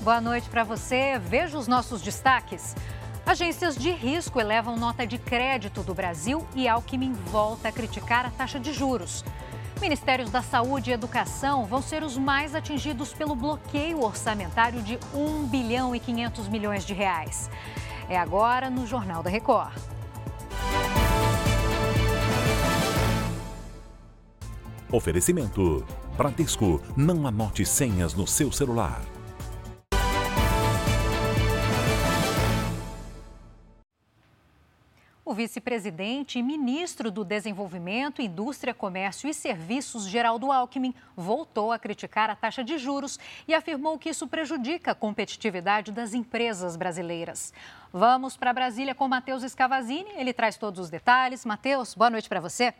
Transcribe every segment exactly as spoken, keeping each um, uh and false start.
Boa noite para você. Veja os nossos destaques. Agências de risco elevam nota de crédito do Brasil e Alckmin volta a criticar a taxa de juros. Ministérios da Saúde e Educação vão ser os mais atingidos pelo bloqueio orçamentário de um bilhão e quinhentos milhões de reais. É agora no Jornal da Record. Oferecimento. Bradesco, não anote senhas no seu celular. O vice-presidente e ministro do Desenvolvimento, Indústria, Comércio e Serviços, Geraldo Alckmin, voltou a criticar a taxa de juros e afirmou que isso prejudica a competitividade das empresas brasileiras. Vamos para Brasília com Matheus Scavazini, ele traz todos os detalhes. Matheus, boa noite para você.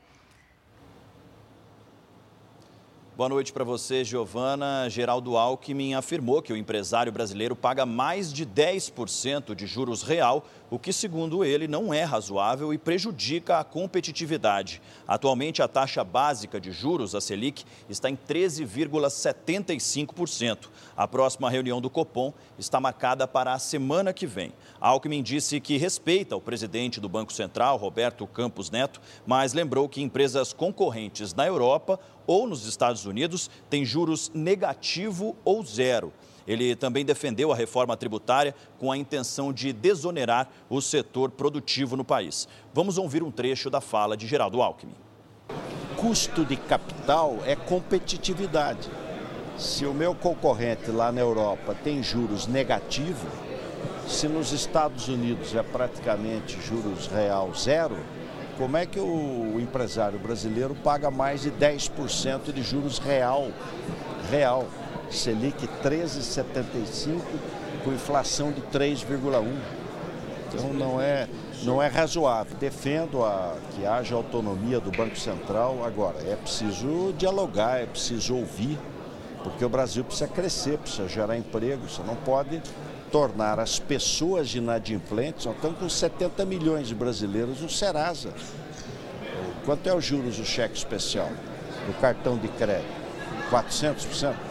Boa noite para você, Giovana. Geraldo Alckmin afirmou que o empresário brasileiro paga mais de dez por cento de juros real, o que, segundo ele, não é razoável e prejudica a competitividade. Atualmente, a taxa básica de juros, a Selic, está em treze vírgula setenta e cinco por cento. A próxima reunião do Copom está marcada para a semana que vem. Alckmin disse que respeita o presidente do Banco Central, Roberto Campos Neto, mas lembrou que empresas concorrentes na Europa ou nos Estados Unidos têm juros negativo ou zero. Ele também defendeu a reforma tributária com a intenção de desonerar o setor produtivo no país. Vamos ouvir um trecho da fala de Geraldo Alckmin. Custo de capital é competitividade. Se o meu concorrente lá na Europa tem juros negativos, se nos Estados Unidos é praticamente juros real zero, como é que o empresário brasileiro paga mais de dez por cento de juros real? Real. Selic treze vírgula setenta e cinco com inflação de três vírgula um. Então não é, não é razoável. Defendo a, que haja autonomia do Banco Central. Agora, é preciso dialogar, é preciso ouvir, porque o Brasil precisa crescer, precisa gerar emprego. Você não pode tornar as pessoas inadimplentes. Nós estamos com setenta milhões de brasileiros no Serasa. Quanto é os juros do cheque especial, do cartão de crédito? quatrocentos por cento?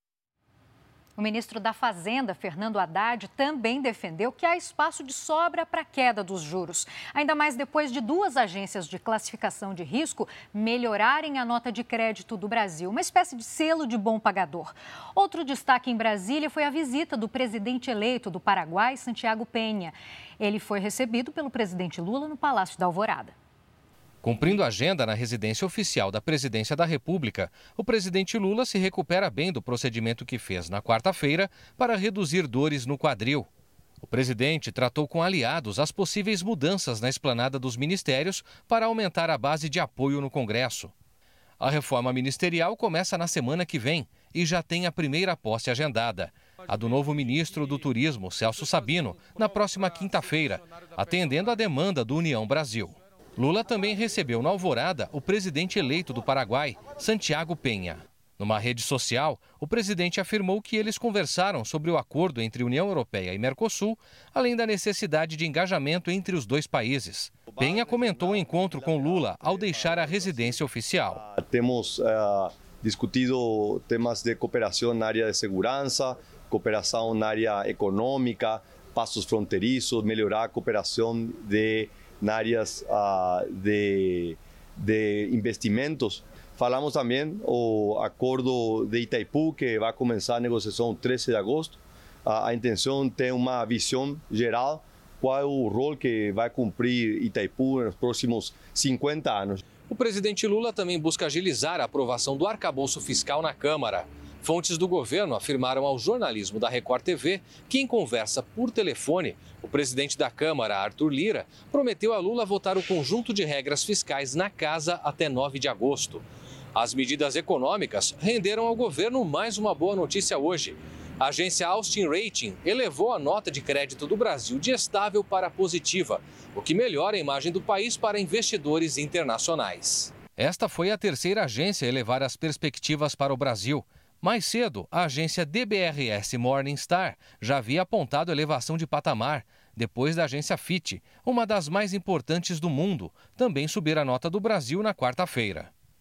O ministro da Fazenda, Fernando Haddad, também defendeu que há espaço de sobra para a queda dos juros. Ainda mais depois de duas agências de classificação de risco melhorarem a nota de crédito do Brasil, uma espécie de selo de bom pagador. Outro destaque em Brasília foi a visita do presidente eleito do Paraguai, Santiago Peña. Ele foi recebido pelo presidente Lula no Palácio da Alvorada. Cumprindo a agenda na residência oficial da Presidência da República, o presidente Lula se recupera bem do procedimento que fez na quarta-feira para reduzir dores no quadril. O presidente tratou com aliados as possíveis mudanças na esplanada dos ministérios para aumentar a base de apoio no Congresso. A reforma ministerial começa na semana que vem e já tem a primeira posse agendada, a do novo ministro do Turismo, Celso Sabino, na próxima quinta-feira, atendendo à demanda do União Brasil. Lula também recebeu na Alvorada o presidente eleito do Paraguai, Santiago Peña. Numa rede social, o presidente afirmou que eles conversaram sobre o acordo entre União Europeia e Mercosul, além da necessidade de engajamento entre os dois países. Peña comentou o encontro com Lula ao deixar a residência oficial. Temos uh, discutido temas de cooperação na área de segurança, cooperação na área econômica, passos fronteiriços, melhorar a cooperação de na áreas uh, de, de investimentos. Falamos também o acordo de Itaipu, que vai começar a negociação treze de agosto. Uh, a intenção tem uma visão geral, qual é o rol que vai cumprir Itaipu nos próximos cinquenta anos. O presidente Lula também busca agilizar a aprovação do arcabouço fiscal na Câmara. Fontes do governo afirmaram ao jornalismo da Record T V que, em conversa por telefone, o presidente da Câmara, Arthur Lira, prometeu a Lula votar o conjunto de regras fiscais na casa até nove de agosto. As medidas econômicas renderam ao governo mais uma boa notícia hoje. A agência Austin Rating elevou a nota de crédito do Brasil de estável para positiva, o que melhora a imagem do país para investidores internacionais. Esta foi a terceira agência a elevar as perspectivas para o Brasil. Mais cedo, a agência D B R S Morningstar já havia apontado elevação de patamar, depois da agência Fitch, uma das mais importantes do mundo, também subir a nota do Brasil na quarta-feira.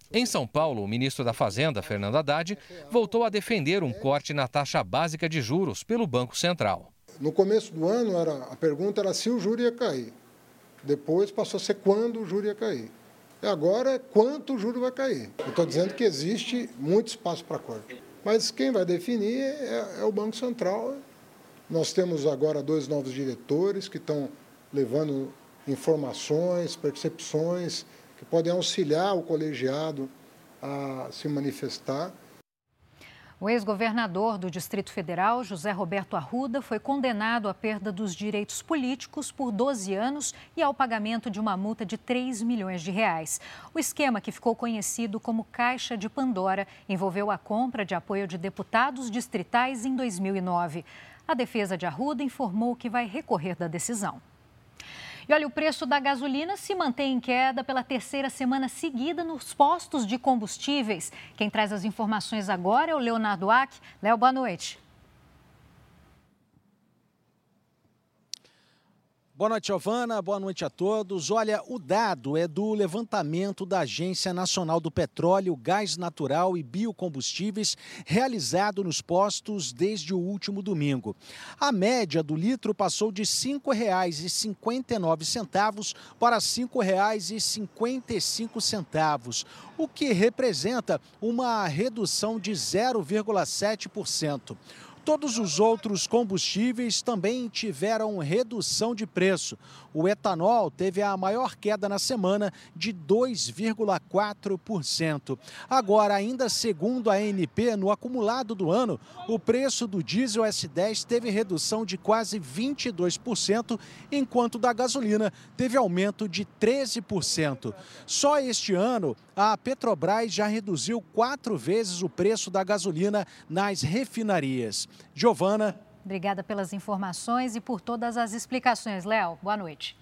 Em São Paulo, o ministro da Fazenda, Fernando Haddad, voltou a defender um corte na taxa básica de juros pelo Banco Central. No começo do ano, era, a pergunta era se o juro ia cair. Depois passou a ser quando o juro ia cair. E agora é quanto o juro vai cair. Eu estou dizendo que existe muito espaço para corte. Mas quem vai definir é, é o Banco Central. Nós temos agora dois novos diretores que estão levando informações, percepções, que podem auxiliar o colegiado a se manifestar. O ex-governador do Distrito Federal, José Roberto Arruda, foi condenado à perda dos direitos políticos por doze anos e ao pagamento de uma multa de três milhões de reais. O esquema, que ficou conhecido como Caixa de Pandora, envolveu a compra de apoio de deputados distritais em dois mil e nove. A defesa de Arruda informou que vai recorrer da decisão. E olha, o preço da gasolina se mantém em queda pela terceira semana seguida nos postos de combustíveis. Quem traz as informações agora é o Leonardo Ack. Léo, boa noite. Boa noite, Giovana. Boa noite a todos. Olha, o dado é do levantamento da Agência Nacional do Petróleo, Gás Natural e Biocombustíveis, realizado nos postos desde o último domingo. A média do litro passou de cinco reais e cinquenta e nove centavos para cinco reais e cinquenta e cinco centavos, o que representa uma redução de zero vírgula sete por cento. Todos os outros combustíveis também tiveram redução de preço. O etanol teve a maior queda na semana, de dois vírgula quatro por cento. Agora, ainda segundo a A N P, no acumulado do ano, o preço do diesel S dez teve redução de quase vinte e dois por cento, enquanto da gasolina teve aumento de treze por cento. Só este ano, a Petrobras já reduziu quatro vezes o preço da gasolina nas refinarias. Giovana. Obrigada pelas informações e por todas as explicações, Léo. Boa noite.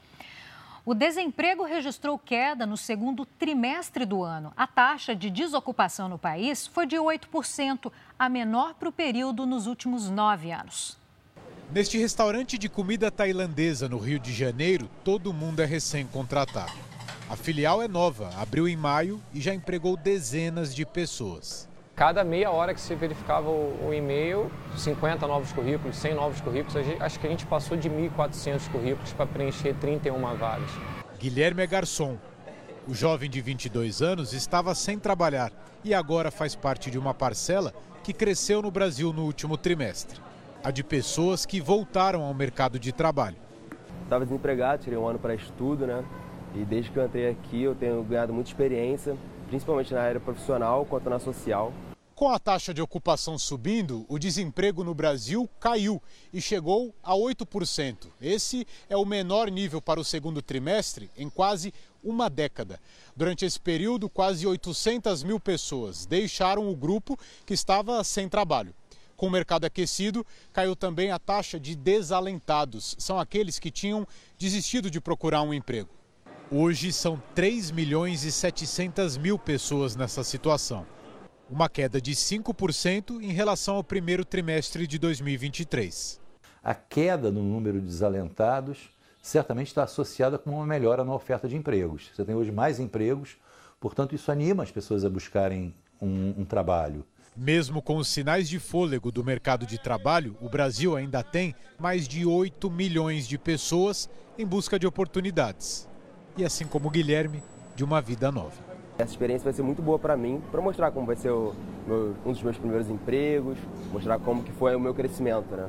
O desemprego registrou queda no segundo trimestre do ano. A taxa de desocupação no país foi de oito por cento, a menor para o período nos últimos nove anos. Neste restaurante de comida tailandesa no Rio de Janeiro, todo mundo é recém-contratado. A filial é nova, abriu em maio e já empregou dezenas de pessoas. Cada meia hora que se verificava o, o e-mail, cinquenta novos currículos, cem novos currículos, a gente, acho que a gente passou de mil e quatrocentos currículos para preencher trinta e uma vagas. Guilherme é garçom. O jovem de vinte e dois anos estava sem trabalhar e agora faz parte de uma parcela que cresceu no Brasil no último trimestre. A de pessoas que voltaram ao mercado de trabalho. Estava desempregado, tirei um ano para estudo, né? E desde que eu entrei aqui eu tenho ganhado muita experiência, principalmente na área profissional quanto na social. Com a taxa de ocupação subindo, o desemprego no Brasil caiu e chegou a oito por cento. Esse é o menor nível para o segundo trimestre em quase uma década. Durante esse período, quase oitocentas mil pessoas deixaram o grupo que estava sem trabalho. Com o mercado aquecido, caiu também a taxa de desalentados. São aqueles que tinham desistido de procurar um emprego. Hoje são três milhões e setecentas mil pessoas nessa situação. Uma queda de cinco por cento em relação ao primeiro trimestre de dois mil e vinte e três. A queda no número de desalentados certamente está associada com uma melhora na oferta de empregos. Você tem hoje mais empregos, portanto isso anima as pessoas a buscarem um, um trabalho. Mesmo com os sinais de fôlego do mercado de trabalho, o Brasil ainda tem mais de oito milhões de pessoas em busca de oportunidades. E assim como o Guilherme, de uma vida nova. Essa experiência vai ser muito boa para mim, para mostrar como vai ser o meu, um dos meus primeiros empregos, mostrar como que foi o meu crescimento, né?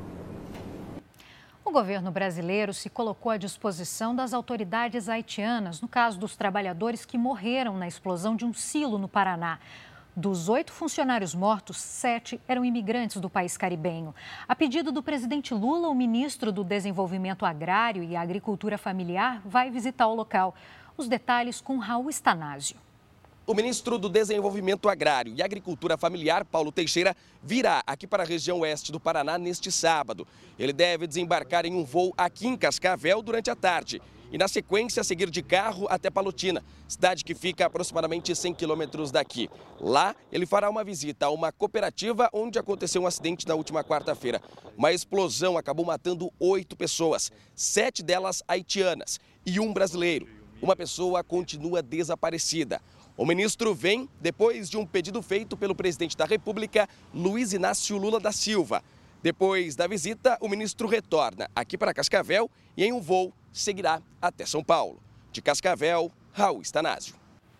O governo brasileiro se colocou à disposição das autoridades haitianas no caso dos trabalhadores que morreram na explosão de um silo no Paraná. Dos oito funcionários mortos, sete eram imigrantes do país caribenho. A pedido do presidente Lula, o ministro do Desenvolvimento Agrário e Agricultura Familiar vai visitar o local. Os detalhes com Raul Stanásio. O ministro do Desenvolvimento Agrário e Agricultura Familiar, Paulo Teixeira, virá aqui para a região oeste do Paraná neste sábado. Ele deve desembarcar em um voo aqui em Cascavel durante a tarde e, na sequência, seguir de carro até Palotina, cidade que fica a aproximadamente cem quilômetros daqui. Lá, ele fará uma visita a uma cooperativa onde aconteceu um acidente na última quarta-feira. Uma explosão acabou matando oito pessoas, sete delas haitianas e um brasileiro. Uma pessoa continua desaparecida. O ministro vem depois de um pedido feito pelo presidente da República, Luiz Inácio Lula da Silva. Depois da visita, o ministro retorna aqui para Cascavel e em um voo seguirá até São Paulo. De Cascavel, Raul Stanásio.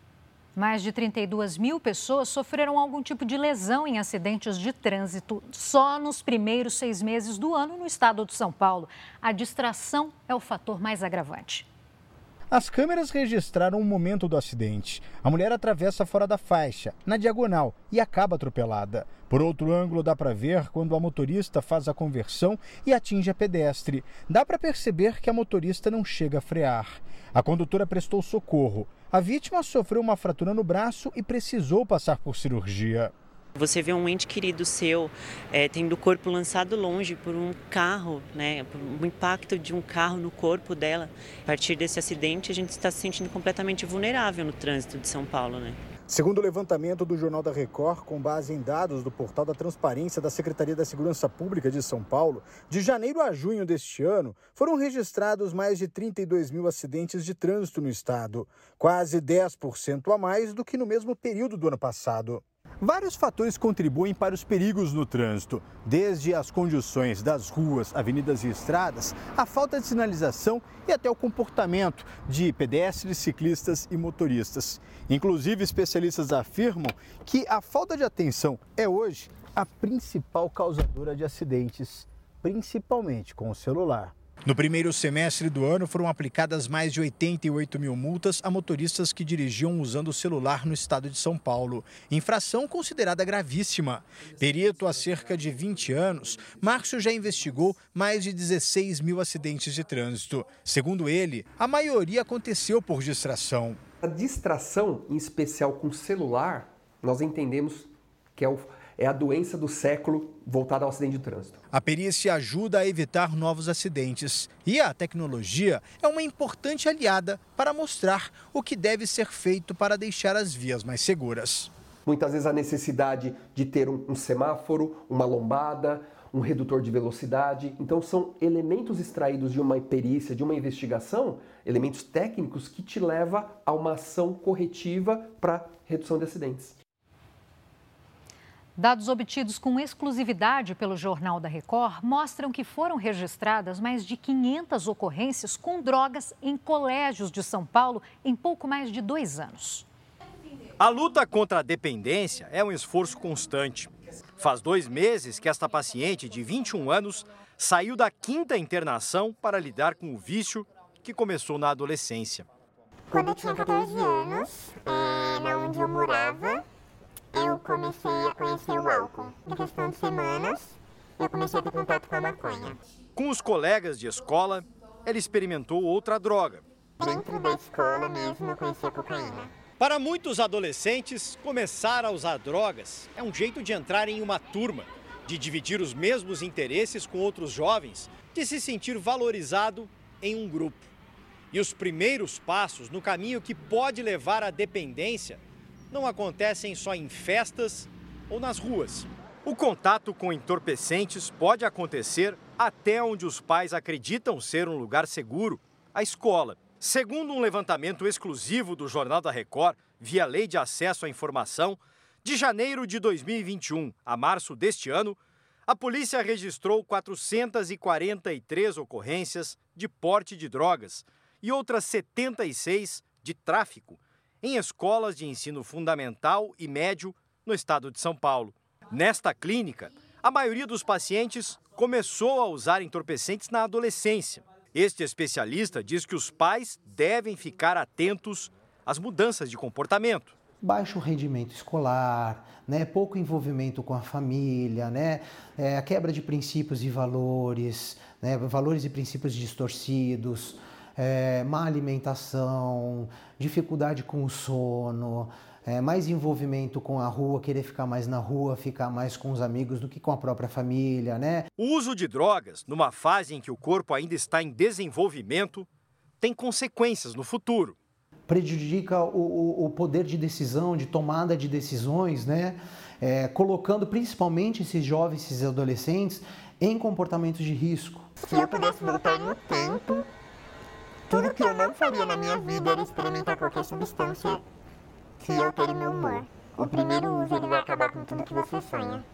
Mais de trinta e duas mil pessoas sofreram algum tipo de lesão em acidentes de trânsito só nos primeiros seis meses do ano no estado de São Paulo. A distração é o fator mais agravante. As câmeras registraram o momento do acidente. A mulher atravessa fora da faixa, na diagonal, e acaba atropelada. Por outro ângulo, dá para ver quando a motorista faz a conversão e atinge a pedestre. Dá para perceber que a motorista não chega a frear. A condutora prestou socorro. A vítima sofreu uma fratura no braço e precisou passar por cirurgia. Você vê um ente querido seu é, tendo o corpo lançado longe por um carro, né, por um impacto de um carro no corpo dela. A partir desse acidente, a gente está se sentindo completamente vulnerável no trânsito de São Paulo, né? Segundo o levantamento do Jornal da Record, com base em dados do Portal da Transparência da Secretaria da Segurança Pública de São Paulo, de janeiro a junho deste ano, foram registrados mais de trinta e dois mil acidentes de trânsito no estado, quase dez por cento a mais do que no mesmo período do ano passado. Vários fatores contribuem para os perigos no trânsito, desde as condições das ruas, avenidas e estradas, a falta de sinalização e até o comportamento de pedestres, ciclistas e motoristas. Inclusive, especialistas afirmam que a falta de atenção é hoje a principal causadora de acidentes, principalmente com o celular. No primeiro semestre do ano, foram aplicadas mais de oitenta e oito mil multas a motoristas que dirigiam usando o celular no estado de São Paulo. Infração considerada gravíssima. Perito há cerca de vinte anos, Márcio já investigou mais de dezesseis mil acidentes de trânsito. Segundo ele, a maioria aconteceu por distração. A distração, em especial com celular, nós entendemos que é o... é a doença do século voltada ao acidente de trânsito. A perícia ajuda a evitar novos acidentes e a tecnologia é uma importante aliada para mostrar o que deve ser feito para deixar as vias mais seguras. Muitas vezes a necessidade de ter um, um semáforo, uma lombada, um redutor de velocidade. Então são elementos extraídos de uma perícia, de uma investigação, elementos técnicos que te levam a uma ação corretiva para redução de acidentes. Dados obtidos com exclusividade pelo Jornal da Record mostram que foram registradas mais de quinhentas ocorrências com drogas em colégios de São Paulo em pouco mais de dois anos. A luta contra a dependência é um esforço constante. Faz dois meses que esta paciente de vinte e um anos saiu da quinta internação para lidar com o vício que começou na adolescência. Quando eu tinha catorze anos, é, na onde eu morava, eu comecei a conhecer o álcool. Em questão de semanas, eu comecei a ter contato com a maconha. Com os colegas de escola, ela experimentou outra droga. Dentro da escola mesmo, eu conheci a cocaína. Para muitos adolescentes, começar a usar drogas é um jeito de entrar em uma turma, de dividir os mesmos interesses com outros jovens, de se sentir valorizado em um grupo. E os primeiros passos no caminho que pode levar à dependência não acontecem só em festas ou nas ruas. O contato com entorpecentes pode acontecer até onde os pais acreditam ser um lugar seguro, a escola. Segundo um levantamento exclusivo do Jornal da Record, via Lei de Acesso à Informação, de janeiro de dois mil e vinte e um a março deste ano, a polícia registrou quatrocentas e quarenta e três ocorrências de porte de drogas e outras setenta e seis de tráfico em escolas de ensino fundamental e médio no estado de São Paulo. Nesta clínica, a maioria dos pacientes começou a usar entorpecentes na adolescência. Este especialista diz que os pais devem ficar atentos às mudanças de comportamento. Baixo rendimento escolar, né, pouco envolvimento com a família, né, é, a quebra de princípios e valores, né, valores e princípios distorcidos, É, má alimentação, dificuldade com o sono, é, mais envolvimento com a rua, querer ficar mais na rua, ficar mais com os amigos do que com a própria família, né? O uso de drogas, numa fase em que o corpo ainda está em desenvolvimento, tem consequências no futuro. Prejudica o, o poder de decisão, de tomada de decisões, né? É, colocando principalmente esses jovens, esses adolescentes, em comportamentos de risco. Se eu pudesse voltar no tempo, tudo que eu não faria na minha vida era experimentar qualquer substância se altere o meu humor. O primeiro uso ele vai acabar com tudo que você sonha.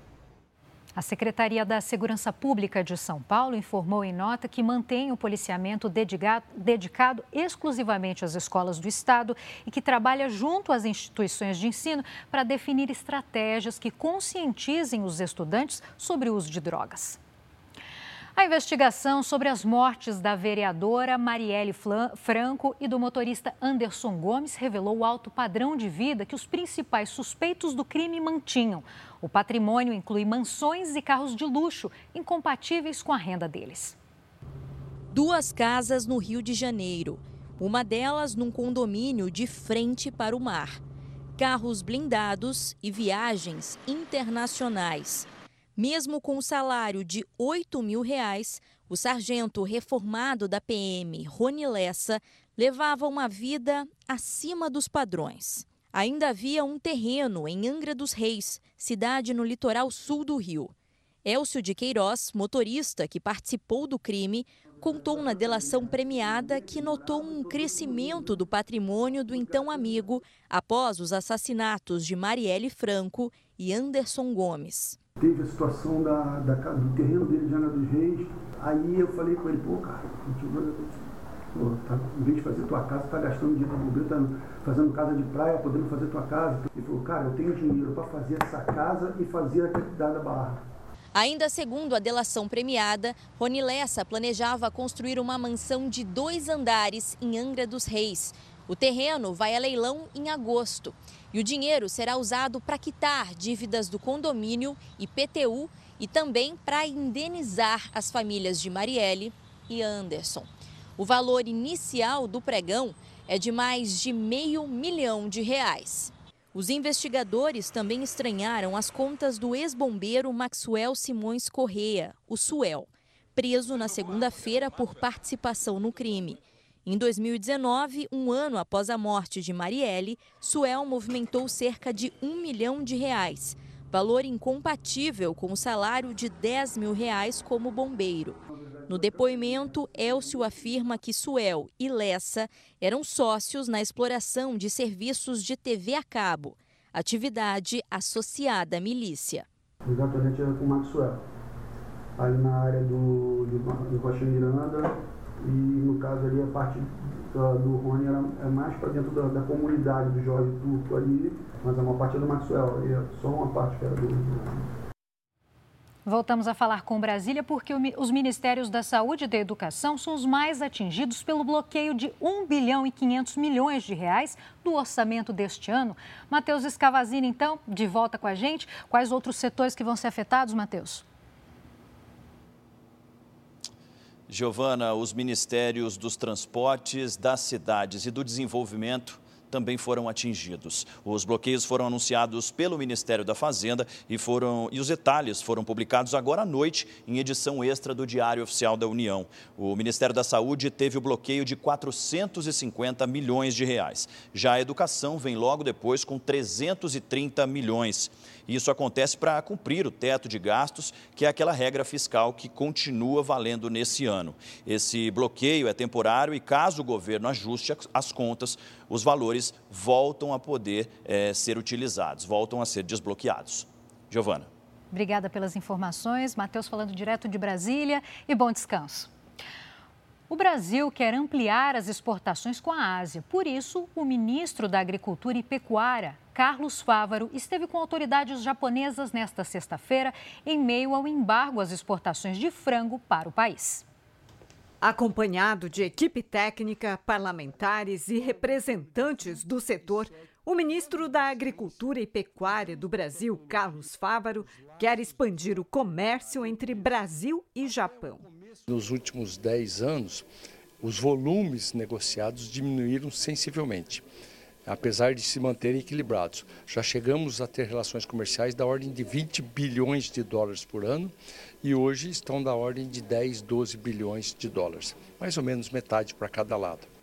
A Secretaria da Segurança Pública de São Paulo informou em nota que mantém o policiamento dedicado, dedicado exclusivamente às escolas do Estado e que trabalha junto às instituições de ensino para definir estratégias que conscientizem os estudantes sobre o uso de drogas. A investigação sobre as mortes da vereadora Marielle Franco e do motorista Anderson Gomes revelou o alto padrão de vida que os principais suspeitos do crime mantinham. O patrimônio inclui mansões e carros de luxo, incompatíveis com a renda deles. Duas casas no Rio de Janeiro, uma delas num condomínio de frente para o mar. Carros blindados e viagens internacionais. Mesmo com um salário de oito mil reais, o sargento reformado da P M, Rony Lessa, levava uma vida acima dos padrões. Ainda havia um terreno em Angra dos Reis, cidade no litoral sul do Rio. Élcio de Queiroz, motorista que participou do crime, contou na delação premiada que notou um crescimento do patrimônio do então amigo após os assassinatos de Marielle Franco e Anderson Gomes. Teve a situação da, da, do terreno dele de Angra dos Reis, aí eu falei com ele, pô, cara, pô, tá, em vez de fazer tua casa, tá gastando dinheiro pra bobeira, tá fazendo casa de praia, podendo fazer tua casa. Ele falou, cara, eu tenho dinheiro para fazer essa casa e fazer a atividade da barra. Ainda segundo a delação premiada, Rony Lessa planejava construir uma mansão de dois andares em Angra dos Reis. O terreno vai a leilão em agosto e o dinheiro será usado para quitar dívidas do condomínio I P T U e também para indenizar as famílias de Marielle e Anderson. O valor inicial do pregão é de mais de meio milhão de reais. Os investigadores também estranharam as contas do ex-bombeiro Maxwell Simões Correia, o Suel, preso na segunda-feira por participação no crime. Em dois mil e dezenove, um ano após a morte de Marielle, Suel movimentou cerca de um milhão de reais, valor incompatível com o salário de dez mil reais como bombeiro. No depoimento, Élcio afirma que Suel e Lessa eram sócios na exploração de serviços de T V a cabo, atividade associada à milícia. Exatamente, era com o Maxwell, ali na área do, do, do Rocha Miranda. E no caso ali a parte do, do Rony era, é mais para dentro da, da comunidade do Jorge Turco ali, mas a maior parte é do Maxwell, é só uma parte que era do, do... Voltamos a falar com Brasília porque os Ministérios da Saúde e da Educação são os mais atingidos pelo bloqueio de um bilhão e quinhentos milhões de reais do orçamento deste ano. Matheus Escavazini, então, de volta com a gente. Quais outros setores que vão ser afetados, Matheus? Giovana, os Ministérios dos Transportes, das Cidades e do Desenvolvimento também foram atingidos. Os bloqueios foram anunciados pelo Ministério da Fazenda e, foram, e os detalhes foram publicados agora à noite em edição extra do Diário Oficial da União. O Ministério da Saúde teve o bloqueio de quatrocentos e cinquenta milhões de reais. Já a Educação vem logo depois com trezentos e trinta milhões. Isso acontece para cumprir o teto de gastos, que é aquela regra fiscal que continua valendo nesse ano. Esse bloqueio é temporário e, caso o governo ajuste as contas, os valores voltam a poder é, ser utilizados, voltam a ser desbloqueados. Giovana. Obrigada pelas informações. Matheus falando direto de Brasília e bom descanso. O Brasil quer ampliar as exportações com a Ásia. Por isso, o ministro da Agricultura e Pecuária, Carlos Fávaro, esteve com autoridades japonesas nesta sexta-feira em meio ao embargo às exportações de frango para o país. Acompanhado de equipe técnica, parlamentares e representantes do setor, o ministro da Agricultura e Pecuária do Brasil, Carlos Fávaro, quer expandir o comércio entre Brasil e Japão. Nos últimos dez anos, os volumes negociados diminuíram sensivelmente, apesar de se manterem equilibrados. Já chegamos a ter relações comerciais da ordem de vinte bilhões de dólares por ano e hoje estão da ordem de dez, doze bilhões de dólares, mais ou menos metade para cada lado.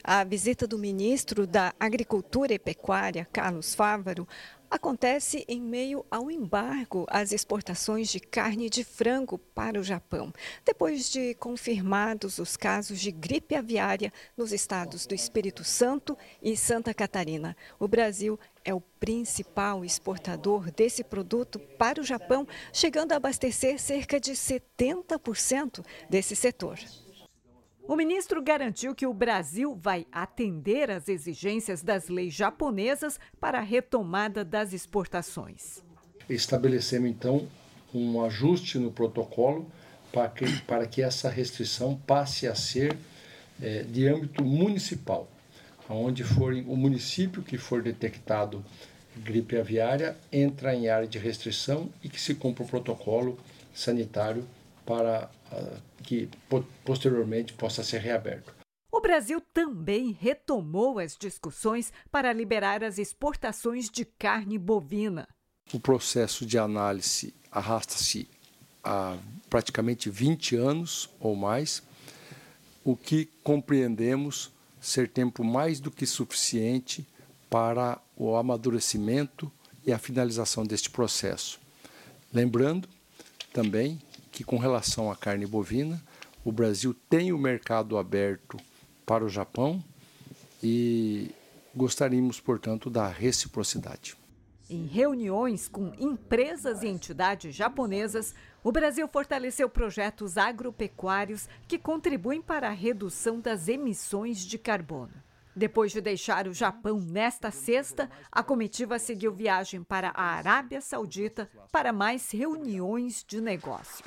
A visita do ministro da Agricultura e Pecuária, Carlos Fávaro, acontece em meio ao embargo às exportações de carne de frango para o Japão, depois de confirmados os casos de gripe aviária nos estados do Espírito Santo e Santa Catarina. O Brasil é o principal exportador desse produto para o Japão, chegando a abastecer cerca de setenta por cento desse setor. O ministro garantiu que o Brasil vai atender às exigências das leis japonesas para a retomada das exportações. Estabelecemos, então, um ajuste no protocolo para que, para que essa restrição passe a ser é, de âmbito municipal, onde for o município que for detectado gripe aviária entra em área de restrição e que se cumpra o protocolo sanitário para que posteriormente possa ser reaberto. O Brasil também retomou as discussões para liberar as exportações de carne bovina. O processo de análise arrasta-se há praticamente vinte anos ou mais, o que compreendemos ser tempo mais do que suficiente para o amadurecimento e a finalização deste processo. Lembrando também que, com relação à carne bovina, o Brasil tem o mercado aberto para o Japão e gostaríamos, portanto, da reciprocidade. Em reuniões com empresas e entidades japonesas, o Brasil fortaleceu projetos agropecuários que contribuem para a redução das emissões de carbono. Depois de deixar o Japão nesta sexta, a comitiva seguiu viagem para a Arábia Saudita para mais reuniões de negócios.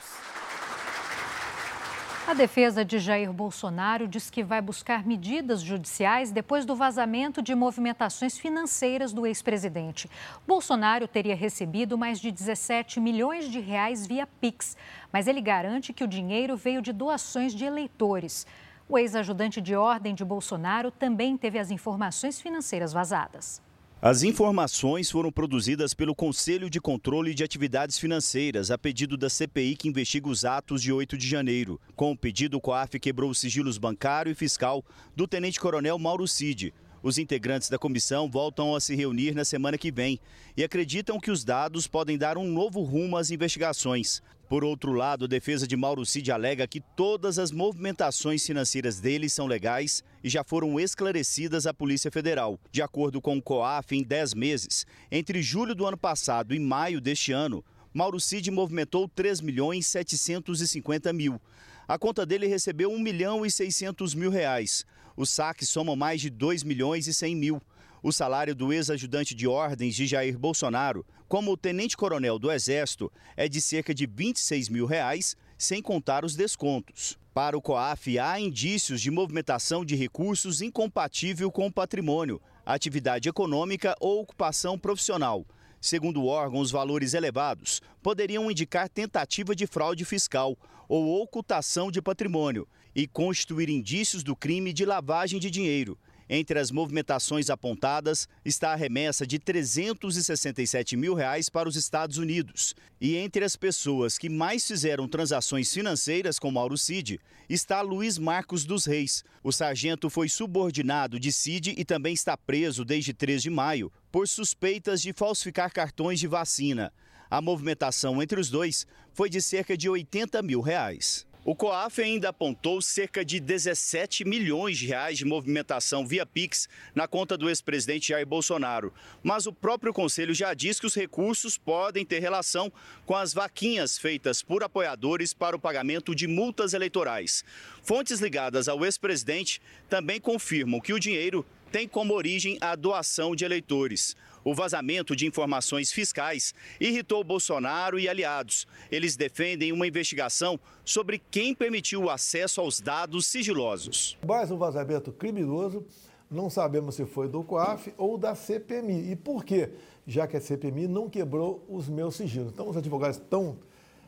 A defesa de Jair Bolsonaro diz que vai buscar medidas judiciais depois do vazamento de movimentações financeiras do ex-presidente. Bolsonaro teria recebido mais de dezessete milhões de reais via Pix, mas ele garante que o dinheiro veio de doações de eleitores. O ex-ajudante de ordem de Bolsonaro também teve as informações financeiras vazadas. As informações foram produzidas pelo Conselho de Controle de Atividades Financeiras, a pedido da C P I que investiga os atos de oito de janeiro. Com o pedido, o COAF quebrou os sigilos bancário e fiscal do tenente-coronel Mauro Cid. Os integrantes da comissão voltam a se reunir na semana que vem e acreditam que os dados podem dar um novo rumo às investigações. Por outro lado, a defesa de Mauro Cid alega que todas as movimentações financeiras dele são legais e já foram esclarecidas à Polícia Federal. De acordo com o COAF, em dez meses, entre julho do ano passado e maio deste ano, Mauro Cid movimentou três milhões setecentos e cinquenta mil. A conta dele recebeu um milhão e seiscentos mil reais. Os saques somam mais de dois milhões e cem mil. O salário do ex-ajudante de ordens de Jair Bolsonaro, como tenente-coronel do Exército, é de cerca de vinte e seis mil reais, sem contar os descontos. Para o COAF, há indícios de movimentação de recursos incompatível com o patrimônio, atividade econômica ou ocupação profissional. Segundo o órgão, os valores elevados poderiam indicar tentativa de fraude fiscal ou ocultação de patrimônio e constituir indícios do crime de lavagem de dinheiro. Entre as movimentações apontadas está a remessa de trezentos e sessenta e sete mil reais para os Estados Unidos. E entre as pessoas que mais fizeram transações financeiras com Mauro Cid está Luiz Marcos dos Reis. O sargento foi subordinado de Cid e também está preso desde três de maio por suspeitas de falsificar cartões de vacina. A movimentação entre os dois foi de cerca de oitenta mil reais. O COAF ainda apontou cerca de dezessete milhões de reais de movimentação via Pix na conta do ex-presidente Jair Bolsonaro. Mas o próprio Conselho já diz que os recursos podem ter relação com as vaquinhas feitas por apoiadores para o pagamento de multas eleitorais. Fontes ligadas ao ex-presidente também confirmam que o dinheiro tem como origem a doação de eleitores. O vazamento de informações fiscais irritou Bolsonaro e aliados. Eles defendem uma investigação sobre quem permitiu o acesso aos dados sigilosos. Mais um vazamento criminoso, não sabemos se foi do COAF ou da C P M I. E por quê? Já que a C P M I não quebrou os meus sigilos. Então, os advogados estão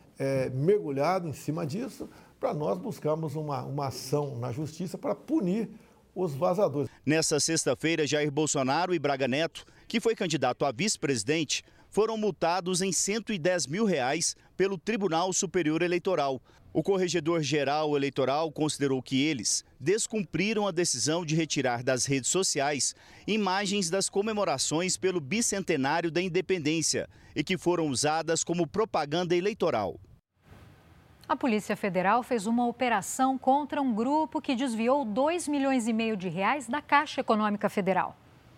é, mergulhados em cima disso para nós buscarmos uma, uma ação na justiça para punir os vazadores. Nessa sexta-feira, Jair Bolsonaro e Braga Neto, que foi candidato a vice-presidente, foram multados em cento e dez mil reais pelo Tribunal Superior Eleitoral. O Corregedor-Geral Eleitoral considerou que eles descumpriram a decisão de retirar das redes sociais imagens das comemorações pelo bicentenário da independência e que foram usadas como propaganda eleitoral. A Polícia Federal fez uma operação contra um grupo que desviou dois milhões e meio de reais da Caixa Econômica Federal.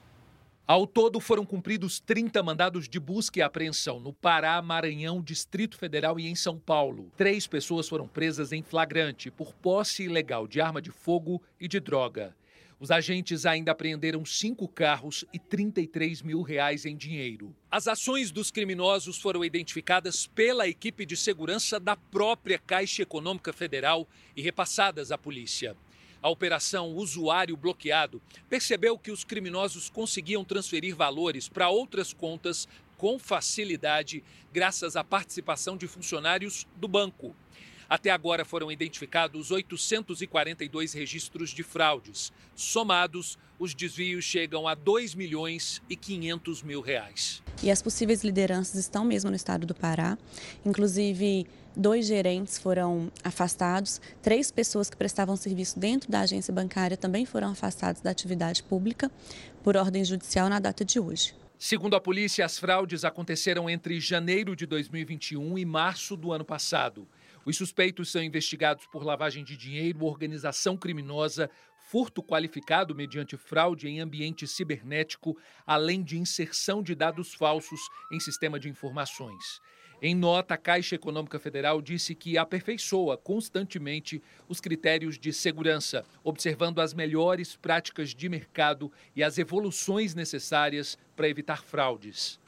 Ao todo, foram cumpridos trinta mandados de busca e apreensão no Pará, Maranhão, Distrito Federal e em São Paulo. Três pessoas foram presas em flagrante por posse ilegal de arma de fogo e de droga. Os agentes ainda apreenderam cinco carros e trinta e três mil reais em dinheiro. As ações dos criminosos foram identificadas pela equipe de segurança da própria Caixa Econômica Federal e repassadas à polícia. A operação Usuário Bloqueado percebeu que os criminosos conseguiam transferir valores para outras contas com facilidade, graças à participação de funcionários do banco. Até agora foram identificados oitocentos e quarenta e dois registros de fraudes. Somados, os desvios chegam a dois milhões e quinhentos mil reais. E as possíveis lideranças estão mesmo no estado do Pará. Inclusive, dois gerentes foram afastados, três pessoas que prestavam serviço dentro da agência bancária também foram afastadas da atividade pública por ordem judicial na data de hoje. Segundo a polícia, as fraudes aconteceram entre janeiro de dois mil e vinte e um e março do ano passado. Os suspeitos são investigados por lavagem de dinheiro, organização criminosa, furto qualificado mediante fraude em ambiente cibernético, além de inserção de dados falsos em sistema de informações. Em nota, a Caixa Econômica Federal disse que aperfeiçoa constantemente os critérios de segurança, observando as melhores práticas de mercado e as evoluções necessárias para evitar fraudes.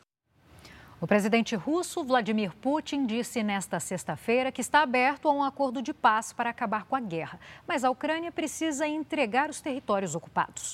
O presidente russo Vladimir Putin disse nesta sexta-feira que está aberto a um acordo de paz para acabar com a guerra, mas a Ucrânia precisa entregar os territórios ocupados.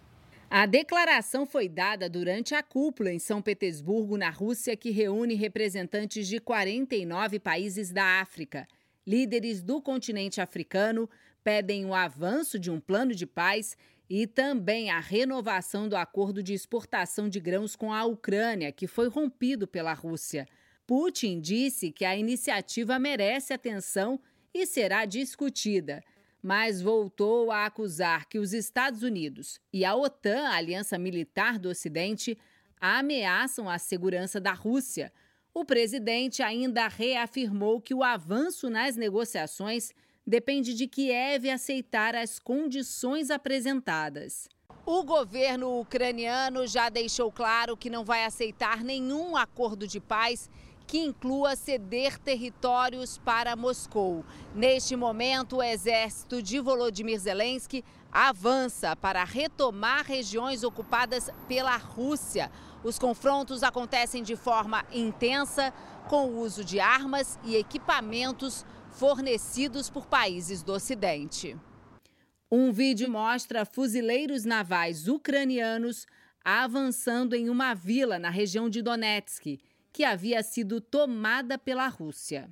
A declaração foi dada durante a cúpula em São Petersburgo, na Rússia, que reúne representantes de quarenta e nove países da África. Líderes do continente africano pedem o avanço de um plano de paz e também a renovação do acordo de exportação de grãos com a Ucrânia, que foi rompido pela Rússia. Putin disse que a iniciativa merece atenção e será discutida, mas voltou a acusar que os Estados Unidos e a OTAN, a aliança militar do Ocidente, ameaçam a segurança da Rússia. O presidente ainda reafirmou que o avanço nas negociações depende de Kiev aceitar as condições apresentadas. O governo ucraniano já deixou claro que não vai aceitar nenhum acordo de paz que inclua ceder territórios para Moscou. Neste momento, o exército de Volodymyr Zelensky avança para retomar regiões ocupadas pela Rússia. Os confrontos acontecem de forma intensa, com o uso de armas e equipamentos fornecidos por países do Ocidente. Um vídeo mostra fuzileiros navais ucranianos avançando em uma vila na região de Donetsk, que havia sido tomada pela Rússia.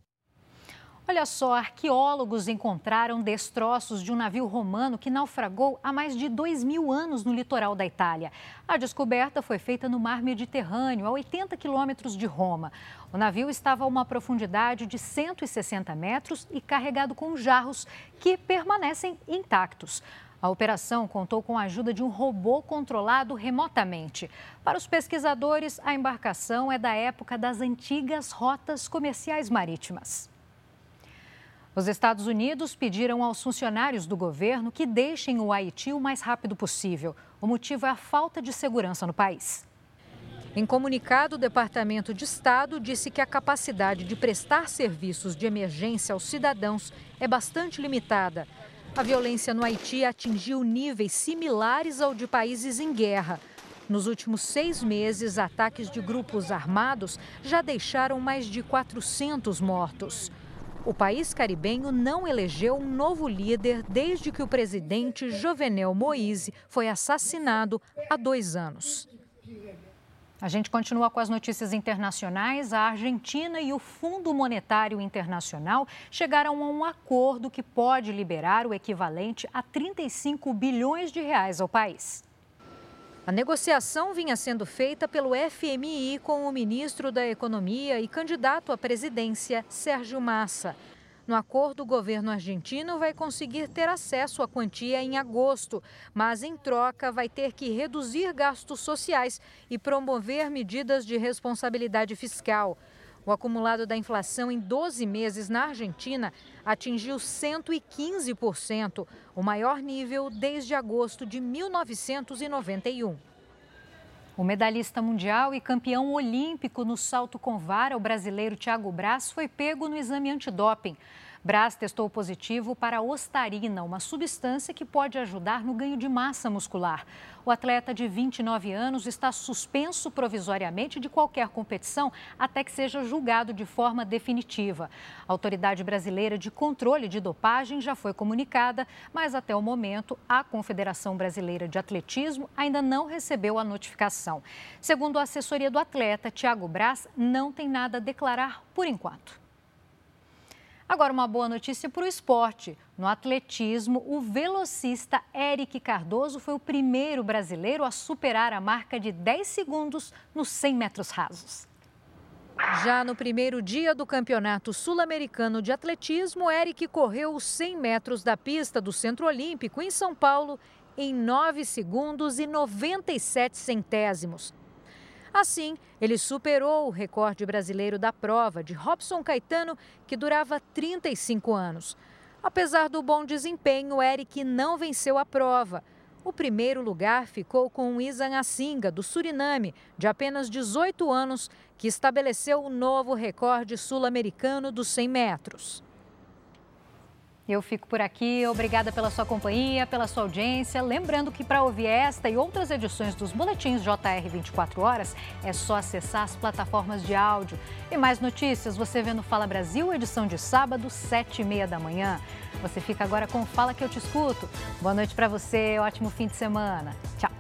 Olha só, arqueólogos encontraram destroços de um navio romano que naufragou há mais de dois mil anos no litoral da Itália. A descoberta foi feita no mar Mediterrâneo, a oitenta quilômetros de Roma. O navio estava a uma profundidade de cento e sessenta metros e carregado com jarros que permanecem intactos. A operação contou com a ajuda de um robô controlado remotamente. Para os pesquisadores, a embarcação é da época das antigas rotas comerciais marítimas. Os Estados Unidos pediram aos funcionários do governo que deixem o Haiti o mais rápido possível. O motivo é a falta de segurança no país. Em comunicado, o Departamento de Estado disse que a capacidade de prestar serviços de emergência aos cidadãos é bastante limitada. A violência no Haiti atingiu níveis similares ao de países em guerra. Nos últimos seis meses, ataques de grupos armados já deixaram mais de quatrocentos mortos. O país caribenho não elegeu um novo líder desde que o presidente Jovenel Moïse foi assassinado há dois anos. A gente continua com as notícias internacionais. A Argentina e o Fundo Monetário Internacional chegaram a um acordo que pode liberar o equivalente a trinta e cinco bilhões de reais ao país. A negociação vinha sendo feita pelo F M I com o ministro da Economia e candidato à presidência, Sérgio Massa. No acordo, o governo argentino vai conseguir ter acesso à quantia em agosto, mas em troca vai ter que reduzir gastos sociais e promover medidas de responsabilidade fiscal. O acumulado da inflação em doze meses na Argentina atingiu cento e quinze por cento, o maior nível desde agosto de mil novecentos e noventa e um. O medalhista mundial e campeão olímpico no salto com vara, o brasileiro Thiago Braz, foi pego no exame antidoping. Braz testou positivo para a ostarina, uma substância que pode ajudar no ganho de massa muscular. O atleta de vinte e nove anos está suspenso provisoriamente de qualquer competição até que seja julgado de forma definitiva. A Autoridade Brasileira de Controle de Dopagem já foi comunicada, mas até o momento a Confederação Brasileira de Atletismo ainda não recebeu a notificação. Segundo a assessoria do atleta, Thiago Braz não tem nada a declarar por enquanto. Agora, uma boa notícia para o esporte. No atletismo, o velocista Eric Cardoso foi o primeiro brasileiro a superar a marca de dez segundos nos cem metros rasos. Já no primeiro dia do Campeonato Sul-Americano de Atletismo, Eric correu os cem metros da pista do Centro Olímpico em São Paulo em nove segundos e noventa e sete centésimos. Assim, ele superou o recorde brasileiro da prova de Robson Caetano, que durava trinta e cinco anos. Apesar do bom desempenho, Eric não venceu a prova. O primeiro lugar ficou com Izan Acinga, do Suriname, de apenas dezoito anos, que estabeleceu o novo recorde sul-americano dos cem metros. Eu fico por aqui, obrigada pela sua companhia, pela sua audiência. Lembrando que para ouvir esta e outras edições dos Boletins J R vinte e quatro horas, é só acessar as plataformas de áudio. E mais notícias você vê no Fala Brasil, edição de sábado, sete e meia da manhã. Você fica agora com Fala Que Eu Te Escuto. Boa noite para você, ótimo fim de semana. Tchau.